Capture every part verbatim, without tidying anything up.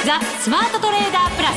ザ・スマートトレーダープラス。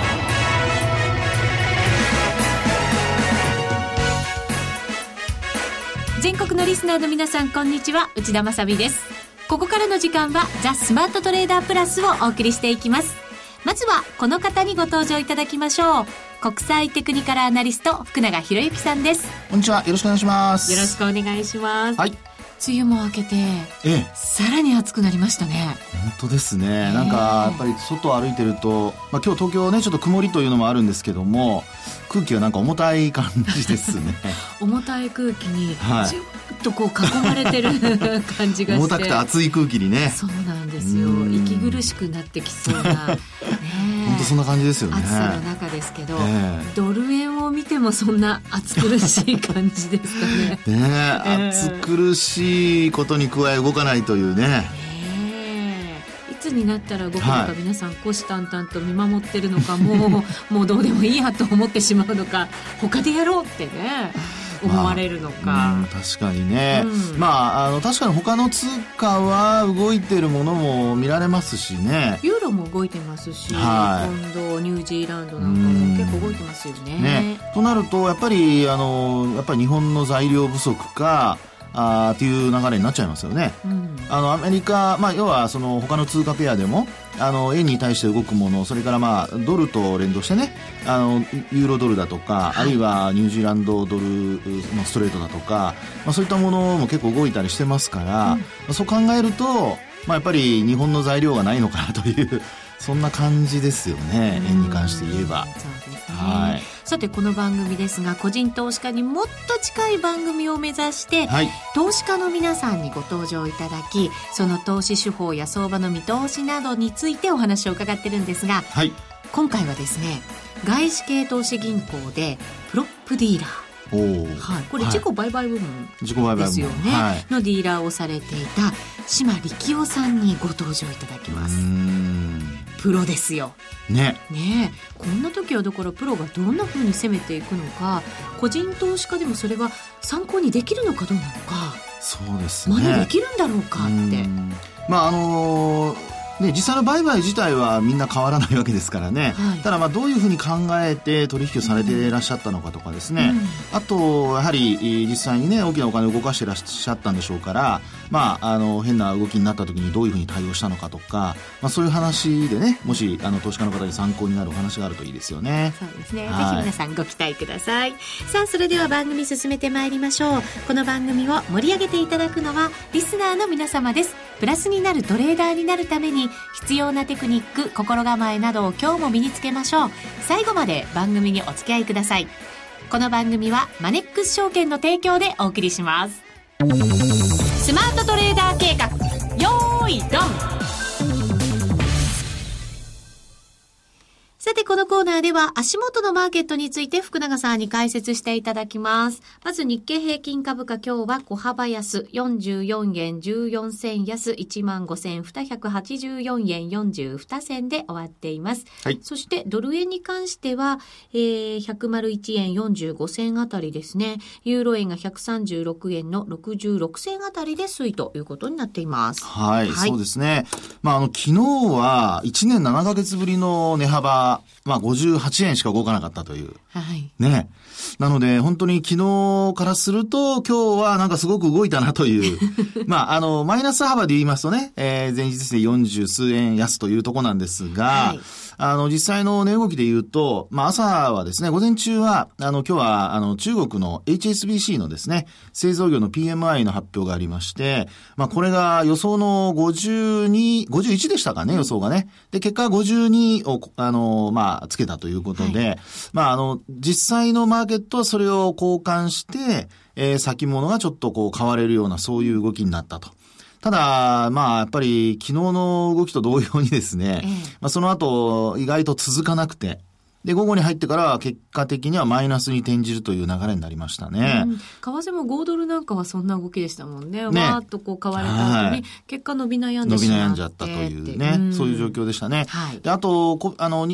全国のリスナーの皆さん、こんにちは、内田まさみです。ここからの時間はザ・スマートトレーダープラスをお送りしていきます。まずはこの方にご登場いただきましょう。国際テクニカルアナリスト、福永博之さんです。 こんにちは、よろしくお願いします。 よろしくお願いします。 はい。 梅雨も明けて、ええ、さらに暑くなりましたね。 本当ですね。なんかやっぱり外を歩いてると、まあ、今日東京ねちょっと曇りというのもあるんですけども、空気がなんか重たい感じですね。 重たい空気にずっとこう囲まれてる感じがして、 重たくて暑い空気にね。 そうなんですよ。息苦しくなってきそうな、ね、 本当そんな感じですよね。 暑さの中ですけど、えー、ドル円を見てもそんな暑苦しい感じですかね。 ねえ、暑苦しいことに加え動かないというね。 いつになったら動くのか、はい、皆さん虎視眈々と見守ってるのか、もうもうどうでもいいやと思ってしまうのか、他でやろうってね思われるのか、まあ、 うん、確かにね、うん、まあ、あの確かに他の通貨は動いてるものも見られますしね。 ユーロも動いてますし、 はい、 ポンド、ニュージーランドなんかも結構動いてますよね。 ね、となるとやっぱりあのやっぱり日本の材料不足かあっていう流れになっちゃいますよね。うん、あのアメリカ、まあ、要はその他の通貨ペアでもあの円に対して動くもの、それからまあドルと連動してね、あのユーロドルだとか、はい、あるいはニュージーランドドルのストレートだとか、まあ、そういったものも結構動いたりしてますから、うんまあ、そう考えると、まあ、やっぱり日本の材料がないのかなというそんな感じですよね、円に関して言えば。 そうですね。はい、さてこの番組ですが、個人投資家にもっと近い番組を目指して、はい、投資家の皆さんにご登場いただき、その投資手法や相場の見通しなどについてお話を伺ってるんですが、はい、今回はですね、外資系投資銀行でプロップディーラー、おはい、これ自己売買部門ですよね、はい、のディーラーをされていた島力夫さんにご登場いただきます。うーん、プロですよね。 ねえ、こんな時はだからプロがどんな風に攻めていくのか、個人投資家でもそれは参考にできるのかどうなのか、 そうですね、 真似できるんだろうかって。 まああのーね、実際の売買自体はみんな変わらないわけですからね、はい、ただまあどういうふうに考えて取引をされていらっしゃったのかとかですね、うん、あとやはり実際にね大きなお金を動かしていらっしゃったんでしょうから、まあ、あの変な動きになった時にどういうふうに対応したのかとか、まあ、そういう話でね、もしあの投資家の方に参考になるお話があるといいですよね。 そうですね、はい、ぜひ皆さんご期待ください。さあそれでは番組進めてまいりましょう。この番組を盛り上げていただくのはリスナーの皆様です。プラスになるトレーダーになるために必要なテクニック、心構えなどを今日も身につけましょう。最後まで番組にお付き合いください。この番組はマネックス証券の提供でお送りします。スマートトレーダー計画、よーいドン。さてこのコーナーでは足元のマーケットについて福永さんに解説していただきます。まず日経平均株価、今日は小幅安よんじゅうよんえんじゅうよん銭安 いちまんごせんにひゃくはちじゅうよんえんよんじゅうに銭で終わっています、はい、そしてドル円に関しては、えー、ひゃくいちえんよんじゅうご銭あたりですね。ユーロ円がひゃくさんじゅうろくえんのろくじゅうろく銭あたりで推移ということになっています。 はい、はい、そうですね。まあ、あの昨日はいちねんななかげつぶりの値幅、まあ、ごじゅうはちえんしか動かなかったという。はい。ね。なので、本当に昨日からすると、今日はなんかすごく動いたなという。まあ、あの、マイナス幅で言いますとね、えー、前日でよんじゅうすうえん安というところなんですが、はい、あの、実際の値動きで言うと、まあ、朝はですね、午前中は、あの、今日は、あの、中国の エイチエスビーシー のですね、製造業の ピーエムアイ の発表がありまして、まあ、これが予想のごじゅうに、ごじゅういちでしたかね、予想がね。で、結果ごじゅうにを、あの、まあ、つけたということで、はい、まあ、あの、実際のマーケットはそれを交換して、えー、先物がちょっとこう買われるような、そういう動きになったと。ただ、まあ、やっぱり昨日の動きと同様にですね、ええ、まあ、その後、意外と続かなくて、で、午後に入ってから結果的にはマイナスに転じるという流れになりましたね。うん、 為替もごドルなんかはそんな動きでしたもんね。ね、わーっとこう買われた後に、はい、結果伸び悩んでしまって。 伸び悩んじゃったというね、うん、そういう状況でしたね。はい、で、あと、こあの、に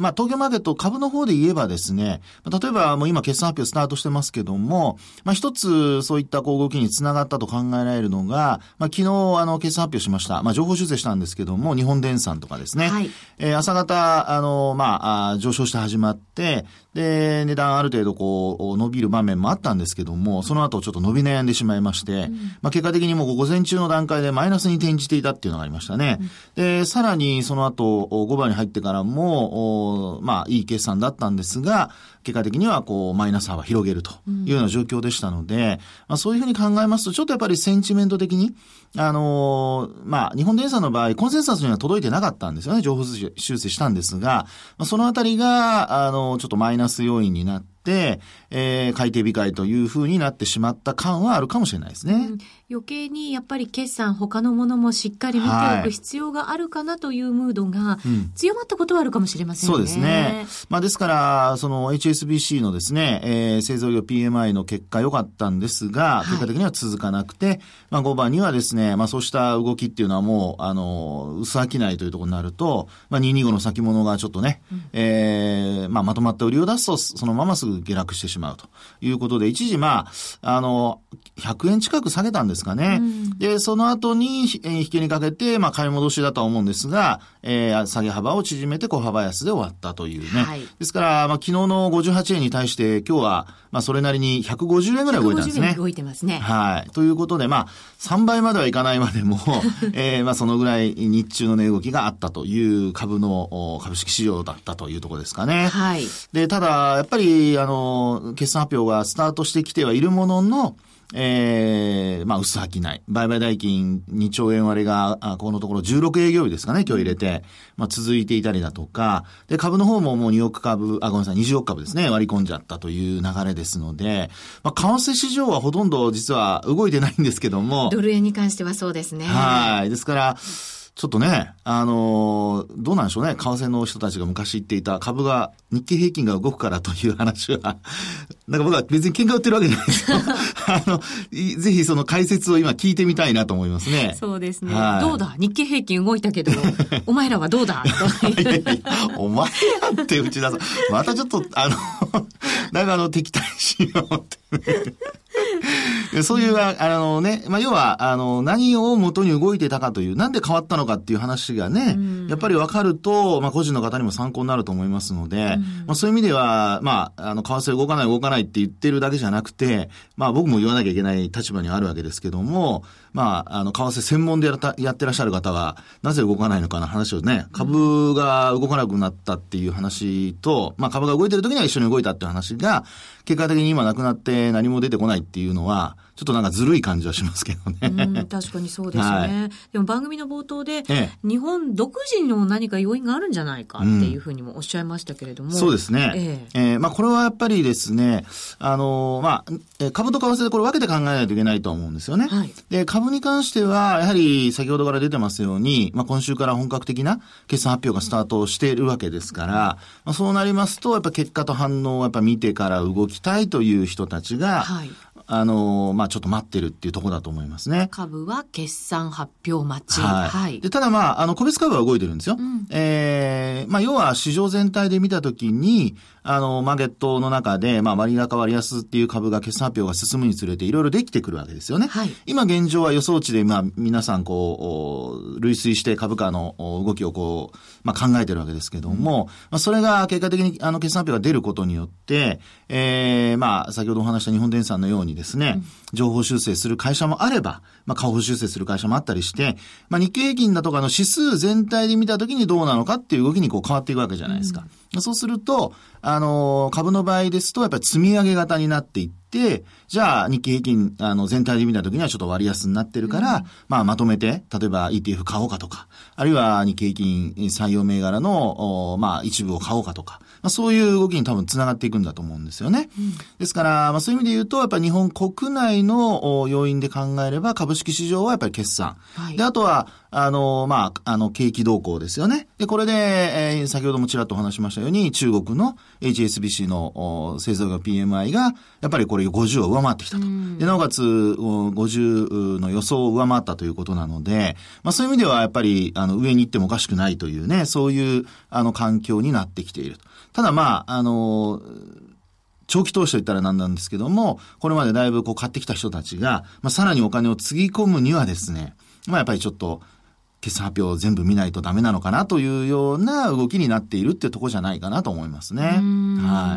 まあ、東京マーケット株の方で言えばですね、例えばもう今決算発表スタートしてますけども、まあ、一つそういったこう動きにつながったと考えられるのが、まあ、昨日あの決算発表しました。まあ、情報修正したんですけども、日本電産とかですね。はい、えー、朝方、あの、まあ、あ上昇して始まって、で、値段ある程度こう、伸びる場面もあったんですけども、その後ちょっと伸び悩んでしまいまして、うん、まあ、結果的にもう午前中の段階でマイナスに転じていたっていうのがありましたね。うん、で、さらにその後、ごばんに入ってからも、まあ、いい決算だったんですが、結果的にはこう、マイナス幅広げるというような状況でしたので、うん、まあ、そういうふうに考えますと、ちょっとやっぱりセンチメント的に、あのー、まあ、日本電産の場合、コンセンサスには届いてなかったんですよね。情報修正したんですが、まあ、そのあたりが、あのー、ちょっとマイナス要因になって、で、えー、改定控えという風になってしまった感はあるかもしれないですね。うん、 余計にやっぱり決算他のものもしっかり見ておく必要があるかなというムードが強まったことはあるかもしれませんね。 うん、そうですね。まあですから、その エイチエスビーシー のですね、えー、製造業 ピーエムアイ の結果良かったんですが、結果的には続かなくて、はい、まあごばんにはですね、まあそうした動きっていうのはもう、あの、薄商いというところになると、まあにひゃくにじゅうごの先物がちょっとね、うん、えー、まあまとまった売りを出すと、そのまますぐ下落してしまうということで、一時まあ、あの、ひゃくえん近く下げたんですかね。うん、で、その後に、えー、引けにかけて、まあ、買い戻しだとは思うんですが、えー、下げ幅を縮めて小幅安で終わったというね。はい、ですから、まあ、昨日のごじゅうはちえんに対して、今日は、まあ、それなりにひゃくごじゅうえんぐらい動いたんですね。ひゃくごじゅうえん動いてますね。はい。ということで、まあ、さんばいまではいかないまでも、えー、まあ、そのぐらい日中の値動きがあったという株の、株式市場だったというところですかね。はい。で、ただ、やっぱり、あの、決算発表がスタートしてきてはいるものの、えー、まあ、薄商い。売買代金にちょうえん割れが、あこのところじゅうろくえいぎょう日ですかね、今日入れて、まあ、続いていたりだとか、で、株の方ももうにおくかぶ、あ、ごめんなさい、にじゅうおくかぶですね、割り込んじゃったという流れですので、まあ、為替市場はほとんど実は動いてないんですけども。 ドル円に関してはそうですね。 はい。ですから、ちょっとね、あのー、どうなんでしょうね。為替の人たちが昔言っていた株が、日経平均が動くからという話は、なんか僕は別に喧嘩売ってるわけじゃないですよ。あの、ぜひその解説を今聞いてみたいなと思いますね。 そうですね。はい、どうだ日経平均動いたけど、お前らはどうだいやいやお前らって内田さん、またちょっと、あの、なんかあの、敵対心を持ってそういう、あのね、まあ、要は、あの、何を元に動いてたかという、なんで変わったのかっていう話がね、うん、やっぱり分かると、まあ、個人の方にも参考になると思いますので、うん、まあ、そういう意味では、まあ、あの、為替動かない動かないって言ってるだけじゃなくて、まあ、僕も言わなきゃいけない立場にはあるわけですけども、まあ、あの、為替専門でやったやってらっしゃる方は、なぜ動かないのかの話をね、株が動かなくなったっていう話と、まあ、株が動いてる時には一緒に動いたっていう話が、結果的に今なくなって何も出てこないっていうのは、ちょっとなんかずるい感じはしますけどね。 うん、確かにそうですね。はい、でも番組の冒頭で、ええ、日本独自の何か要因があるんじゃないかっていうふうにもおっしゃいましたけれども。 うん、そうですね。えええー、まあこれはやっぱりですね、あのー、まあ、株と為替でこれ分けて考えないといけないと思うんですよね。はい、で、株に関しては、やはり先ほどから出てますように、まあ今週から本格的な決算発表がスタートしているわけですから、まあそうなりますと、やっぱ結果と反応をやっぱ見てから動きたいという人たちが、はい、あの、まあ、ちょっと待ってるっていうところだと思いますね。 株は決算発表待ち。 はい。はい、で、ただまあ、あの、個別株は動いてるんですよ。うん、ええー、まあ、要は市場全体で見たときに、あの、マーケットの中で、まあ、割高割安っていう株が決算発表が進むにつれていろいろできてくるわけですよね。はい。今現状は予想値で、まあ、皆さんこう、類推して株価の動きをこう、まあ、考えてるわけですけども、うん、まあ、それが結果的に、あの、決算発表が出ることによって、ええー、まあ、先ほどお話した日本電産のようにですね、うん、情報修正する会社もあれば、まあ、下方修正する会社もあったりして、まあ、日経平均だとかの指数全体で見たときにどうなのかっていう動きにこう変わっていくわけじゃないですか。うん、そうすると、あの、株の場合ですと、やっぱり積み上げ型になっていって、じゃあ日経平均、あの、全体で見たときにはちょっと割安になってるから、うん、まあ、まとめて、例えば イーティーエフ 買おうかとか、あるいは日経平均採用銘柄の、まあ、一部を買おうかとか、まあ、そういう動きに多分つながっていくんだと思うんですよね。うん、ですから、まあ、そういう意味で言うと、やっぱり日本国内の要因で考えれば、株式市場はやっぱり決算。はい、で、あとは、 あの、まあ、あの、景気動向ですよね。で、これで、えー、先ほどもちらっとお話しましたように、中国の エイチエスビーシー の製造業 ピーエムアイ が、やっぱりこれごじゅうを上回ってきたと。で、なおかつ、ごじゅうの予想を上回ったということなので、まあ、そういう意味では、やっぱり、あの、上に行ってもおかしくないというね、そういう、あの、環境になってきている。ただ、まあ、あの、長期投資といったらなんなんですけども、これまでだいぶこう買ってきた人たちが、まあ、さらにお金をつぎ込むにはですね、まあ、やっぱりちょっと、決算発表を全部見ないとダメなのかなというような動きになっているっていうところじゃないかなと思いますね。はい。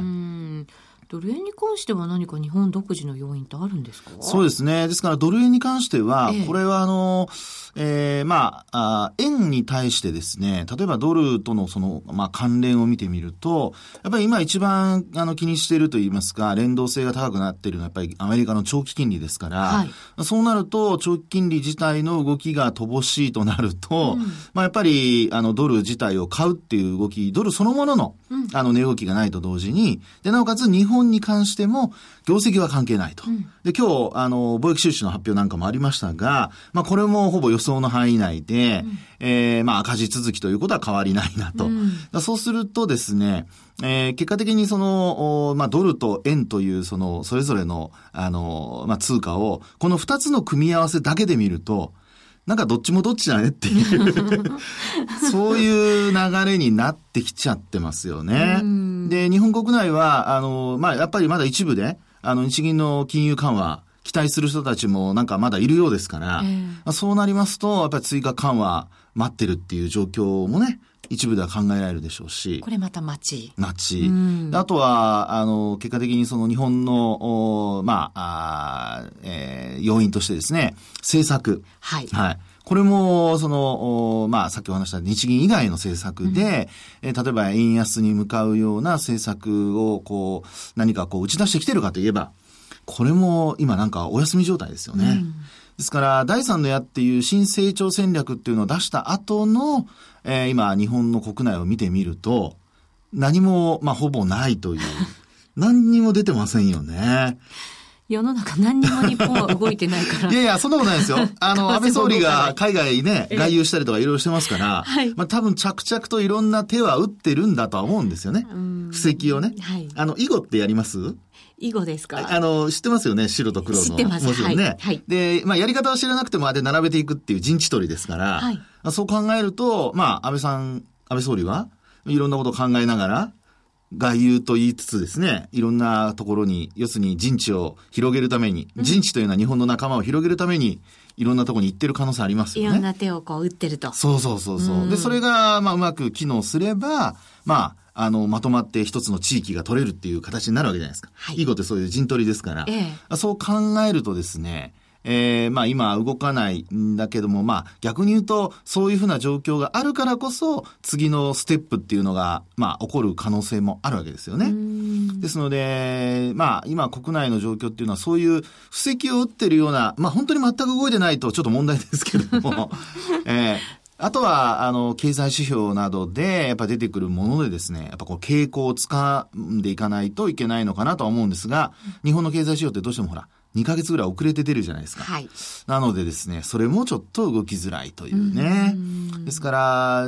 ドル円に関しては何か日本独自の要因ってあるんですか？ そうですね。ですからドル円に関しては、ええ、これはあの、えー、まあ、あ、円に対してですね、例えばドルとのその、まあ、関連を見てみると、やっぱり今一番あの気にしていると言いますか、連動性が高くなっているのはやっぱりアメリカの長期金利ですから、はい、そうなると長期金利自体の動きが乏しいとなると、うん、まあ、やっぱりあのドル自体を買うっていう動き、ドルそのものの、うん、あの値動きがないと同時に、で、なおかつ日本に関しても業績は関係ないと。うん、で、今日、あの、貿易収支の発表なんかもありましたが、まあ、これもほぼ予想の範囲内で、うん、えー、まあ、赤字続きということは変わりないなと。うん、そうするとですね、えー、結果的にその、まあ、ドルと円というその、それぞれの、あの、まあ、通貨を、この二つの組み合わせだけで見ると、なんかどっちもどっちじゃねっていうそういう流れになってきちゃってますよね。で、日本国内は、あの、まあ、やっぱりまだ一部で、あの、日銀の金融緩和、期待する人たちもなんかまだいるようですから、えーまあ、そうなりますと、やっぱり追加緩和待ってるっていう状況もね、一部では考えられるでしょうし。 これまた待ち。 待ち。あとは、あの、結果的にその日本の、まあ、あえー、要因としてですね、政策。 はい。 はい。これも、その、まあ、さっきお話した日銀以外の政策で、うん、えー、例えば円安に向かうような政策を、こう、何かこう打ち出してきてるかといえば、これも今なんかお休み状態ですよね。うん、ですから、だいさんの矢っていう新成長戦略っていうのを出した後の、えー、今、日本の国内を見てみると、何も、まあ、ほぼないという、何にも出てませんよね。 世の中何にも日本は動いてないから。 いやいや、そんなことないですよ。あの、安倍総理が海外ね、外遊したりとかいろいろしてますから、はい、まあ多分着々といろんな手は打ってるんだとは思うんですよね。布石をね。はい、あの、囲碁ってやります？ 囲碁ですか？ あの、知ってますよね、白と黒の。 知ってます。 もちろんね。 はいはい、 で、まあやり方は知らなくてもあれ並べていくっていう陣地取りですから、はい、そう考えると、まあ安倍さん、安倍総理はいろんなことを考えながら、外遊と言いつつですね、いろんなところに、要するに陣地を広げるために、うん、陣地というのは日本の仲間を広げるために、いろんなところに行ってる可能性ありますよね。 いろんな手をこう打ってると。 そうそうそうそう。うん、で、それが、まあ、うまく機能すれば、まあ、あの、まとまって一つの地域が取れるっていう形になるわけじゃないですか。はい。囲碁ってそういう陣取りですから、ええ、そう考えるとですね、えー、まあ今動かないんだけども、まあ逆に言うとそういうふうな状況があるからこそ次のステップっていうのがまあ起こる可能性もあるわけですよね。ですので、まあ今国内の状況っていうのはそういう布石を打ってるような、まあ本当に全く動いてないとちょっと問題ですけども、えーあとは、あの、経済指標などで、やっぱ出てくるものでですね、やっぱこう、傾向をつかんでいかないといけないのかなとは思うんですが、日本の経済指標ってどうしてもほら、にかげつぐらい遅れて出るじゃないですか。はい。なのでですね、それもちょっと動きづらいというね。うですから、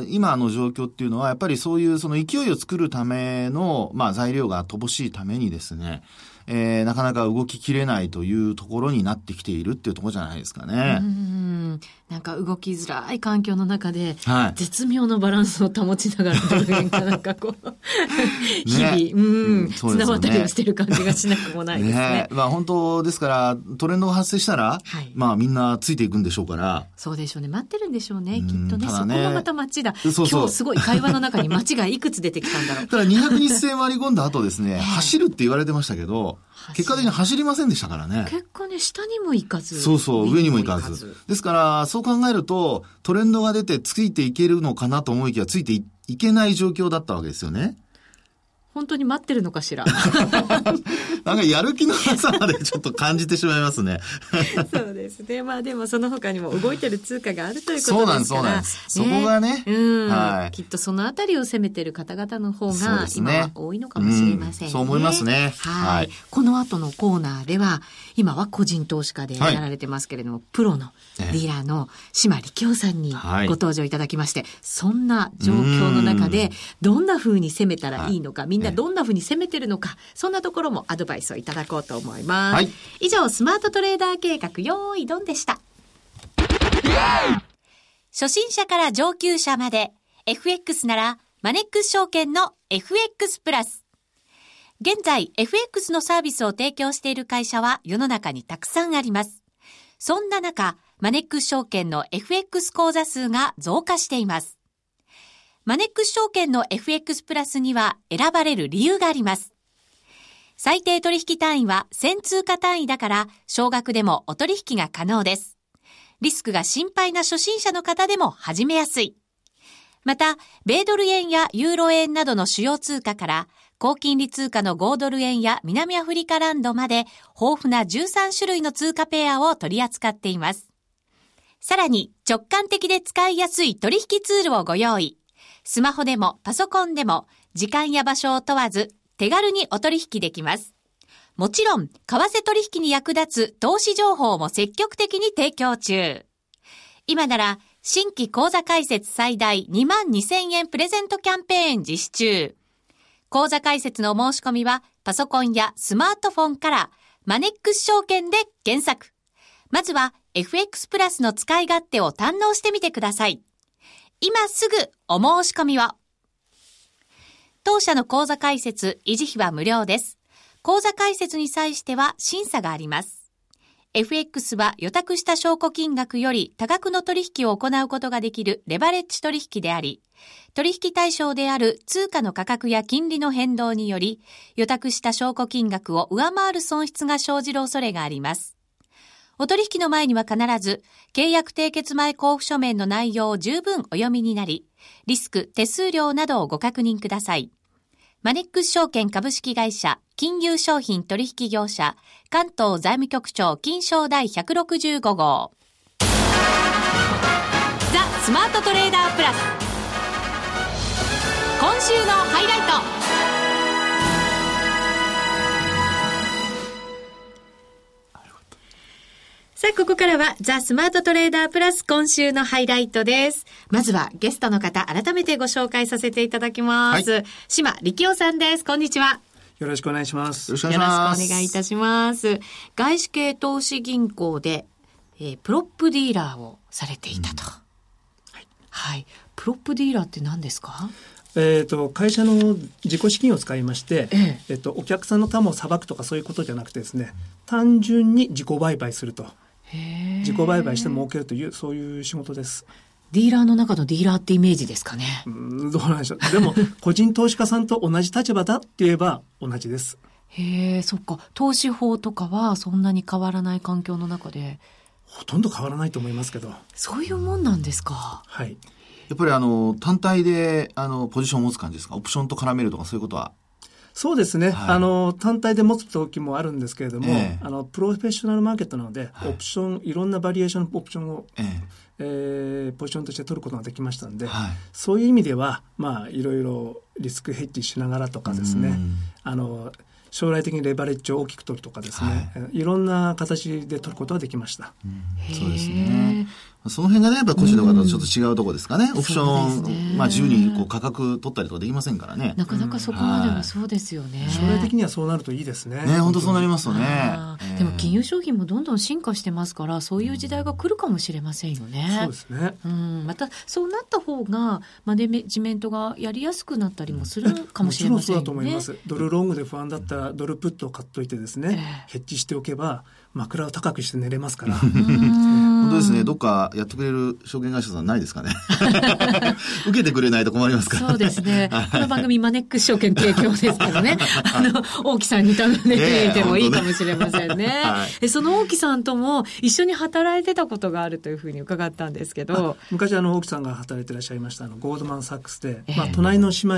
今の状況っていうのは、やっぱりそういうその勢いを作るための、まあ材料が乏しいためにですね、えー、なかなか動ききれないというところになってきているっていうところじゃないですかね。 うんなんか動きづらい環境の中で、はい、絶妙のバランスを保ちながらドル円がなんかこう日々、ね、うん、綱渡りをしてる感じがしなくもないですね。ねまあ本当ですからトレンドが発生したら、はい、まあみんなついていくんでしょうから。 そうでしょうね。待ってるんでしょうね。きっとね。ねそこがまた街だ。そうそう今日すごい会話の中に街がいくつ出てきたんだろう。 ただにひゃく日線割り込んだ後ですね、走るって言われてましたけど。結果的に走りませんでしたからね。 結果ね、下にも行かず。 そうそう、上にも行かず。ですから、そう考えると、トレンドが出てついていけるのかなと思いきや、ついて い, いけない状況だったわけですよね。 本当に待ってるのかしら。 なんかやる気のなさまでちょっと感じてしまいますね。 そうですね。まあでもその他にも動いてる通貨があるということですから。 そうなんです、そうなんです。そこがね。 うん、 はい。 きっとそのあたりを攻めてる方々の方が今は多いのかもしれませんね。 そう、うん、そう思いますね。 はい。はい、この後のコーナーでは、今は個人投資家でやられてますけれども、はい、プロのディーラーの島力夫さんにご登場いただきまして、はい、そんな状況の中でどんな風に攻めたらいいのか、みんなどんな風に攻めてるのか、そんなところもアドバイスをいただこうと思います。はい、以上、スマートトレーダー計画よーいドンでした。初心者から上級者まで エフエックス ならマネックス証券の エフエックス プラス。現在 エフエックス のサービスを提供している会社は世の中にたくさんあります。そんな中、マネックス証券の エフエックス 口座数が増加しています。マネックス証券の エフエックス プラスには選ばれる理由があります。最低取引単位はせん通貨単位だから少額でもお取引が可能です。リスクが心配な初心者の方でも始めやすい。また、米ドル円やユーロ円などの主要通貨から高金利通貨のごドル円や南アフリカランドまで豊富なじゅうさん種類の通貨ペアを取り扱っています。さらに直感的で使いやすい取引ツールをご用意。スマホでもパソコンでも時間や場所を問わず手軽にお取引できます。もちろん、為替取引に役立つ投資情報も積極的に提供中。今なら、新規口座開設最大にまんにせんえんプレゼントキャンペーン実施中。口座開設の申し込みは、パソコンやスマートフォンから、マネックス証券で検索。まずは、エフエックス プラスの使い勝手を堪能してみてください。今すぐお申し込みを。当社の口座開設、維持費は無料です。口座開設に際しては審査があります。エフエックス は予託した証拠金額より多額の取引を行うことができるレバレッジ取引であり、取引対象である通貨の価格や金利の変動により、予託した証拠金額を上回る損失が生じる恐れがあります。お取引の前には必ず、契約締結前交付書面の内容を十分お読みになり、リスク、手数料などをご確認ください。マネックス証券株式会社、金融商品取引業者、関東財務局長金賞第ひゃくろくじゅうご号。ザ・スマートトレーダープラス。今週のハイライト。さあ、ここからはザ・スマートトレーダープラス今週のハイライトです。まずはゲストの方、改めてご紹介させていただきます。はい、島力夫さんです。こんにちは。 よろしくお願いします。 よろしくお願いします。 よろしくお願いいたします。外資系投資銀行で、えー、プロップディーラーをされていたと。うん、はい。はい。プロップディーラーって何ですか？ えーと、会社の自己資金を使いまして、えええっと、お客さんの玉をさばくとかそういうことじゃなくてですね、単純に自己売買すると。自己売買して儲けるというそういう仕事です。 ディーラーの中のディーラーってイメージですかね。 うん、どうなんでしょう。でも個人投資家さんと同じ立場だって言えば同じです。 へえ、そっか。投資法とかはそんなに変わらない環境の中で。 ほとんど変わらないと思いますけど。 そういうもんなんですか。 はい。 やっぱりあの単体であのポジションを持つ感じですか？オプションと絡めるとかそういうことは？ そうですね、はい、あの単体で持つ時もあるんですけれども、えー、あのプロフェッショナルマーケットなので、はい、オプションいろんなバリエーションのオプションを、えーえー、ポジションとして取ることができましたので、はい、そういう意味では、まあ、いろいろリスクヘッジしながらとかですね、あの将来的にレバレッジを大きく取るとかですね、はい、いろんな形で取ることができました。 うん、そうですね。その辺がね、やっぱ個人の方とちょっと違うところですかね。うん、オプション、ね、まあ自由にこう価格取ったりとかできませんからね。 なかなかそこまではそうですよね。 はい、将来的にはそうなるといいですね。 ね、本当そうなりますよね。 えー、でも金融商品もどんどん進化してますから、そういう時代が来るかもしれませんよね。 そうですね。 うん、またそうなった方がマネジメントがやりやすくなったりもするかもしれませんよね。もちろんそうだと思います。 ドルロングで不安だったらドルプットを買っといてですね、えー、ヘッジしておけば枕を高くして寝れますから。 本当ですね。どっかやってくれる証券会社さんないですかね。受けてくれないと困りますから。 そうですね。この番組マネックス証券提供ですからね。あの大木さんに頼んでみてもいいかもしれませんね。はい、その大木さんとも一緒に働いてたことがあるというふうに伺ったんですけど、 昔あの大木さんが働いていらっしゃいましたあのゴールドマンサックスで、えーまあ、隣の島に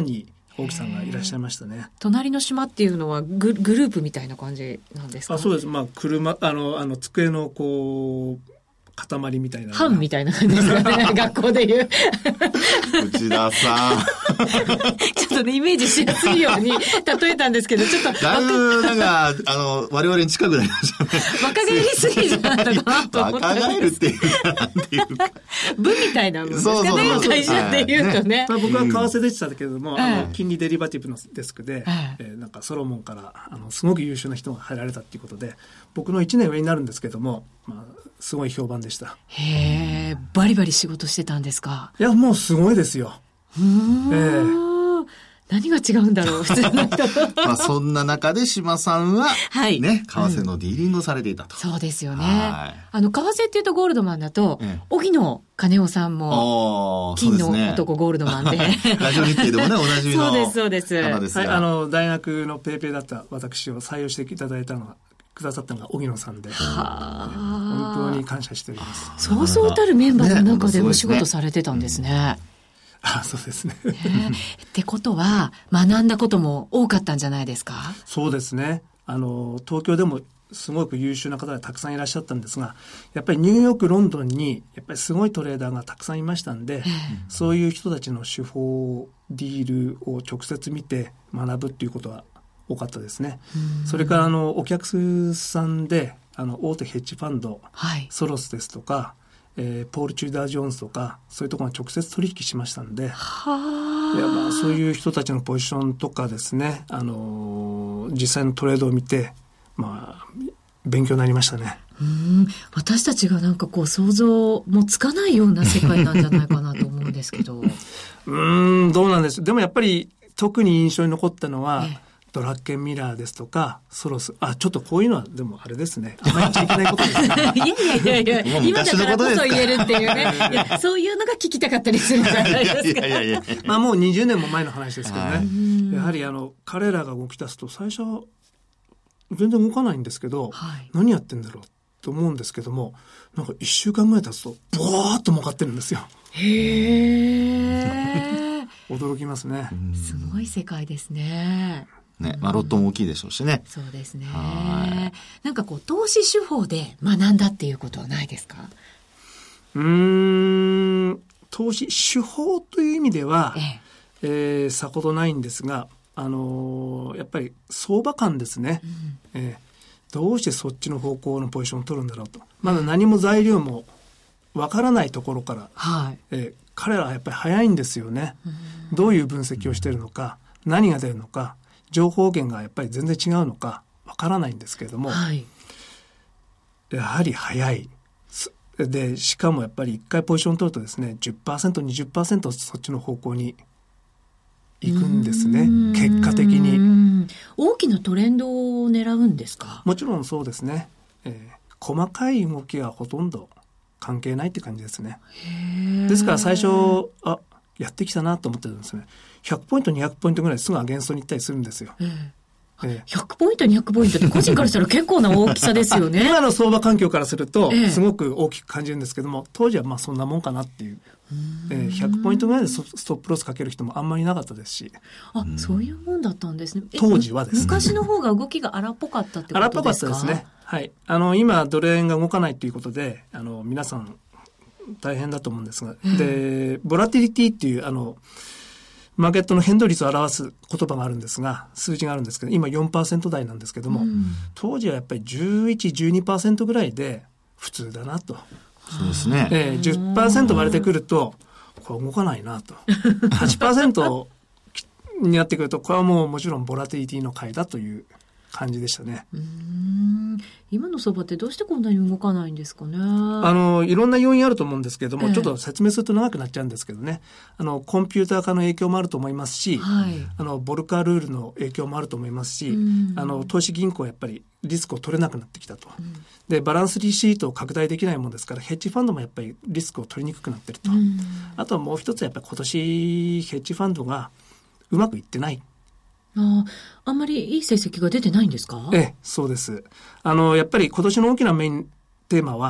大木さんがいらっしゃいましたね。 隣の島っていうのは グ, グループみたいな感じなんですか？ あ、そうです。まあ、車、あの、あの、机のこう、塊みたいな。 班みたいな感じですかね。学校でいう。 内田さん。 ちょっとね、イメージしやすいように例えたんですけど、ちょっと。 だいぶ、なんか、あの、我々に近くなりましたね。 若返りすぎじゃなかったかなと思って。 若返るっていうか、なんていうか。 部みたいなもんですかね。そうそうそう会社で言うとね。はい、 まあ、僕は為替でしたけれども、うん、あの金利デリバティブのデスクで、うんえー、なんかソロモンからあのすごく優秀な人が入られたっていうことで、僕のいちねん上になるんですけども、まあ、すごい評判でした。 へえ、バリバリ仕事してたんですか？ いや、もうすごいですよ。 うーん、えー、何が違うんだろう、普通の人と。 まあそんな中で島さんは、はい、ね、為替のディーリングをされていたと。 うん、そうですよね。はい、あの、為替っていうとゴールドマンだと、ええ、荻野金夫さんも、金の男ゴールドマンで。 ラジオ日経でもね、おなじみの。 そうです、そうです。 はい、あの、大学のペイペイだった私を採用していただいたのは、くださったのが荻野さんで、本当に感謝しております。 そうそうたるメンバーの中でお仕事されてたんですね。 あ、そうですね。 ねってことは学んだことも多かったんじゃないですか？ そうですね。あの東京でもすごく優秀な方がたくさんいらっしゃったんですが、やっぱりニューヨーク、ロンドンにやっぱりすごいトレーダーがたくさんいましたんで、そういう人たちの手法、ディールを直接見て学ぶっていうことは多かったですね。それからあのお客さんであの大手ヘッジファンド、はい、ソロスですとか、えー、ポール・チューダー・ジョーンズとかそういうところが直接取引しましたんで、はいやまあそういう人たちのポジションとかですね、あのー、実際のトレードを見て、まあ、勉強になりましたね。 うーん、私たちがなんかこう想像もつかないような世界なんじゃないかなと思うんですけど。 うーん、どうなんです。でもやっぱり特に印象に残ったのは、ええドラッケンミラーですとかソロス、あ、ちょっとこういうのはでもあれですね、あんまり言っちゃいけないことですね。いやいやいやいや、今だからこそ言えるっていうね。いや、そういうのが聞きたかったりするじゃないですか。いやいやいやまあもうにじゅうねんも前の話ですけどね、はい、やはりあの彼らが動き出すと最初は全然動かないんですけど、はい、何やってんだろうと思うんですけども、なんかいっしゅうかんぐらい経つとボワーッと儲かってるんですよ。 へー驚きますね。 すごい世界ですね。 ね、まあ、ロットも大きいでしょうしね。 そうですね。なんかこう、投資手法で学んだっていうことはないですか？ うーん、投資手法という意味では、えええー、さほどないんですが、あのー、やっぱり相場感ですね、うんえー。どうしてそっちの方向のポジションを取るんだろうと。まだ何も材料もわからないところから、はいえー、彼らはやっぱり早いんですよね。うん、どういう分析をしているのか、何が出るのか、情報源がやっぱり全然違うのかわからないんですけれども、はい、やはり早いで、しかもやっぱりいっかいポジション取るとですね じゅっパーセント、にじゅっパーセント そっちの方向に行くんですね。結果的に大きなトレンドを狙うんですか？ もちろんそうですね、えー、細かい動きはほとんど関係ないって感じですね。ですから最初あやってきたなと思ってるんですね。ひゃくポイントにひゃくポイントぐらいすぐアゲンストに行ったりするんですよ、えええ、ひゃくポイントにひゃくポイントって個人からしたら結構な大きさですよね。 今の相場環境からするとすごく大きく感じるんですけども、当時はまあそんなもんかなっていう、ええ、ひゃくポイントぐらいでストップロスかける人もあんまりいなかったですし。 あ、そういうもんだったんですね。 当時はですね。 昔の方が動きが荒っぽかったってことですか？ 荒っぽかったですね。はい。あの今ドル円が動かないということで、あの皆さん大変だと思うんですが、うん、でボラティリティっていうあのマーケットの変動率を表す言葉があるんですが、数字があるんですけど、今 よんパーセント 台なんですけども、うん、当時はやっぱりじゅういち、じゅうにパーセント ぐらいで普通だなと。 そうですね。 えー、じゅっパーセント 割れてくるとこれ動かないなと。はちパーセント になってくるとこれはもうもちろんボラティリティの買いだという感じでしたね。 うーん、今の相場ってどうしてこんなに動かないんですかね。 あのいろんな要因あると思うんですけれども、えー、ちょっと説明すると長くなっちゃうんですけどね、あのコンピューター化の影響もあると思いますし、はい、あのボルカールールの影響もあると思いますし、あの投資銀行はやっぱりリスクを取れなくなってきたと、うん、でバランスリシートを拡大できないものですからヘッジファンドもやっぱりリスクを取りにくくなってると、うん、あとはもう一つやっぱり今年ヘッジファンドがうまくいってない。 あ, あんまりいい成績が出てないんですか？ ええ、そうです。あのやっぱり今年の大きなメインテーマは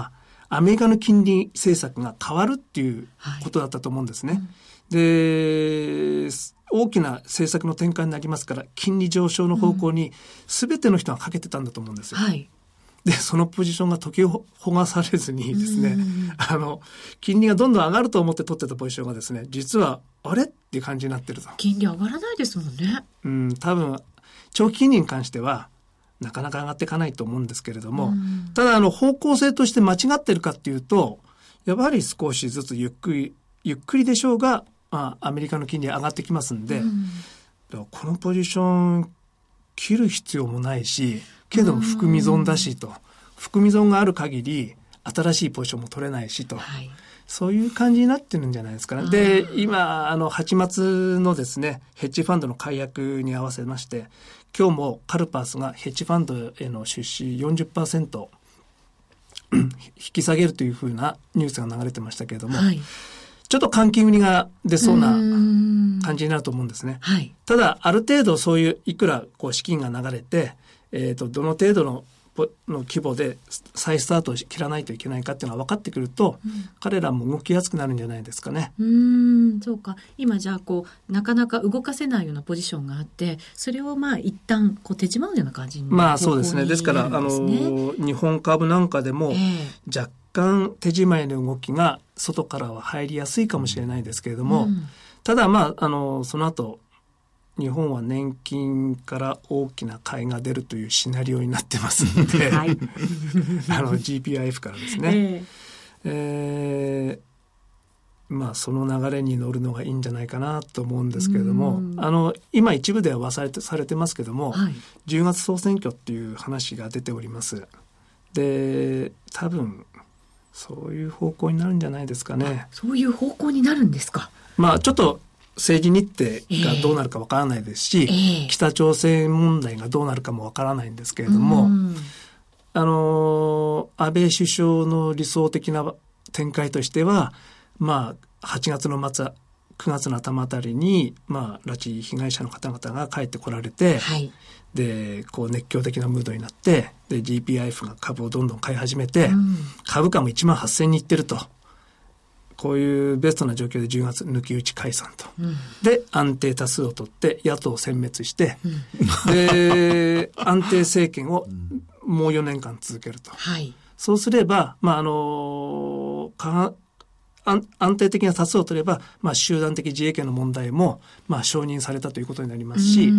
アメリカの金利政策が変わるっていうことだったと思うんですね。はい、で、大きな政策の転換になりますから、金利上昇の方向に全ての人がかけてたんだと思うんですよ。はい、で、そのポジションが解きほがされずにですね、あの、金利がどんどん上がると思って取ってたポジションがですね、実は、あれっていう感じになってると。 金利上がらないですもんね。 うん、多分、長期金利に関しては、なかなか上がっていかないと思うんですけれども、ただ、あの、方向性として間違ってるかっていうと、やはり少しずつゆっくり、ゆっくりでしょうが、まあ、アメリカの金利上がってきますんで、だからこのポジション、切る必要もないし、けど含み損だしと、含み損がある限り、新しいポジションも取れないしと、はい、そういう感じになってるんじゃないですかね。で、今、あの、はちがつのですね、ヘッジファンドの解約に合わせまして、今日もカルパスがヘッジファンドへの出資 よんじゅっパーセント 引き下げるというふうなニュースが流れてましたけれども、はい、ちょっと換金売りが出そうな感じになると思うんですね。はい、ただ、ある程度そういういくらこう資金が流れて、えーと、どの程度のの規模で再スタートを切らないといけないかっていうのが分かってくると、うん、彼らも動きやすくなるんじゃないですかね。 うーん、そうか。今じゃあこうなかなか動かせないようなポジションがあって、それをまあ一旦こう手締まうような感じに、 まあそうですね。ですからあの日本株なんかでも、えー、若干手締まいの動きが外からは入りやすいかもしれないですけれども、うん、ただまああのその後日本は年金から大きな買いが出るというシナリオになってますので、はい、あの ジーピーアイエフ からですね、えーえー、まあその流れに乗るのがいいんじゃないかなと思うんですけれども、あの今一部では噂れてされてますけども、はい、じゅうがつ総選挙っていう話が出ております。で、多分そういう方向になるんじゃないですかね。 そういう方向になるんですか。 まあちょっと政治日程がどうなるかわからないですし、えー、北朝鮮問題がどうなるかもわからないんですけれども、あの安倍首相の理想的な展開としては、まあはちがつの末くがつの頭あたりに、まあ、拉致被害者の方々が帰ってこられて、はい、でこう熱狂的なムードになって、で ジーピーアイエフ が株をどんどん買い始めて、うん、株価もいちまんはっせんにいってると。こういうベストな状況でじゅうがつ抜き打ち解散と、うん、で安定多数を取って野党を殲滅して、うん、で安定政権をもうよねんかん続けると、はい、そうすれば、まああのか安, 安定的な多数を取れば、まあ、集団的自衛権の問題も、まあ、承認されたということになりますし、うん、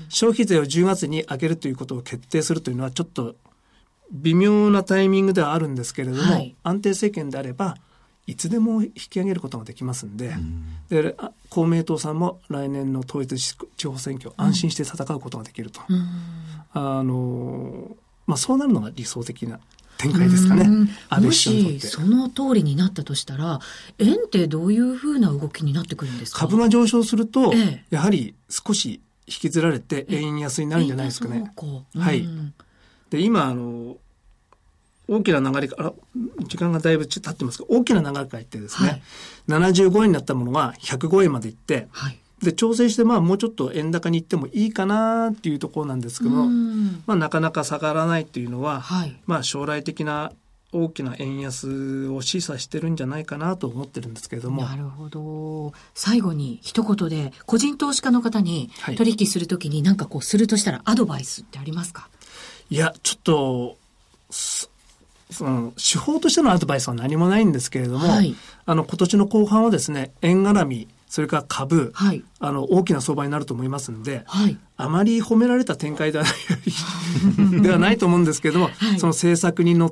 消費税をじゅうがつに上げるということを決定するというのはちょっと微妙なタイミングではあるんですけれども、はい、安定政権であればいつでも引き上げることができますんで、うん、で公明党さんも来年の統一地方選挙安心して戦うことができると、うん、あのまあ、そうなるのが理想的な展開ですかね。安倍首相にとって。 もしその通りになったとしたら、円ってどういうふうな動きになってくるんですか。 株が上昇すると、ええ、やはり少し引きずられて円安になるんじゃないですかね。うん、はい。で今あの大きな流れから、時間がだいぶ経ってますが、大きな流れから言ってですね、はい、ななじゅうごえんになったものがひゃくごえんまでいって、はい、で調整してまあもうちょっと円高に行ってもいいかなっていうところなんですけど、まあ、なかなか下がらないっていうのは、はい、まあ、将来的な大きな円安を示唆してるんじゃないかなと思ってるんですけれども。 なるほど。最後に一言で個人投資家の方に取引するときに何かこうするとしたらアドバイスってありますか。 いやちょっとその手法としてのアドバイスは何もないんですけれども、はい、あの今年の後半はですね、円絡みそれから株、はい、あの大きな相場になると思いますので、はい、あまり褒められた展開ではないではないと思うんですけれども、はい、その政策に乗って、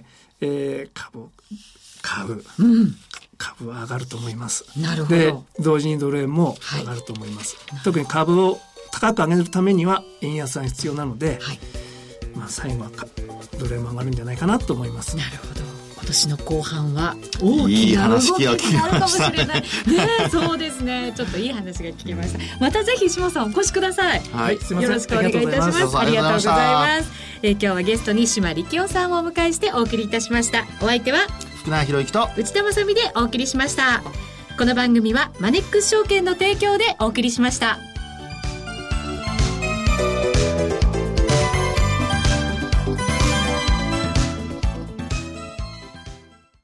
えー、株株、うん、株は上がると思います。 なるほど。 で同時にドル円も上がると思います、はい、特に株を高く上げるためには円安が必要なので、はい、まあ、最後はドル円も上がるんじゃないかなと思います。 なるほど。今年の後半は大きな動きになるかもしれない。ね、そうですね。ちょっといい話が聞きました。またぜひ下さんお越しください。 はい、すみません。 よろしくお願いいたします。ありがとうございます。えー、今日はゲストに島力夫さんをお迎えしてお送りいたしました。お相手は福永博之と内田まさみでお送りしました。この番組はマネックス証券の提供でお送りしました。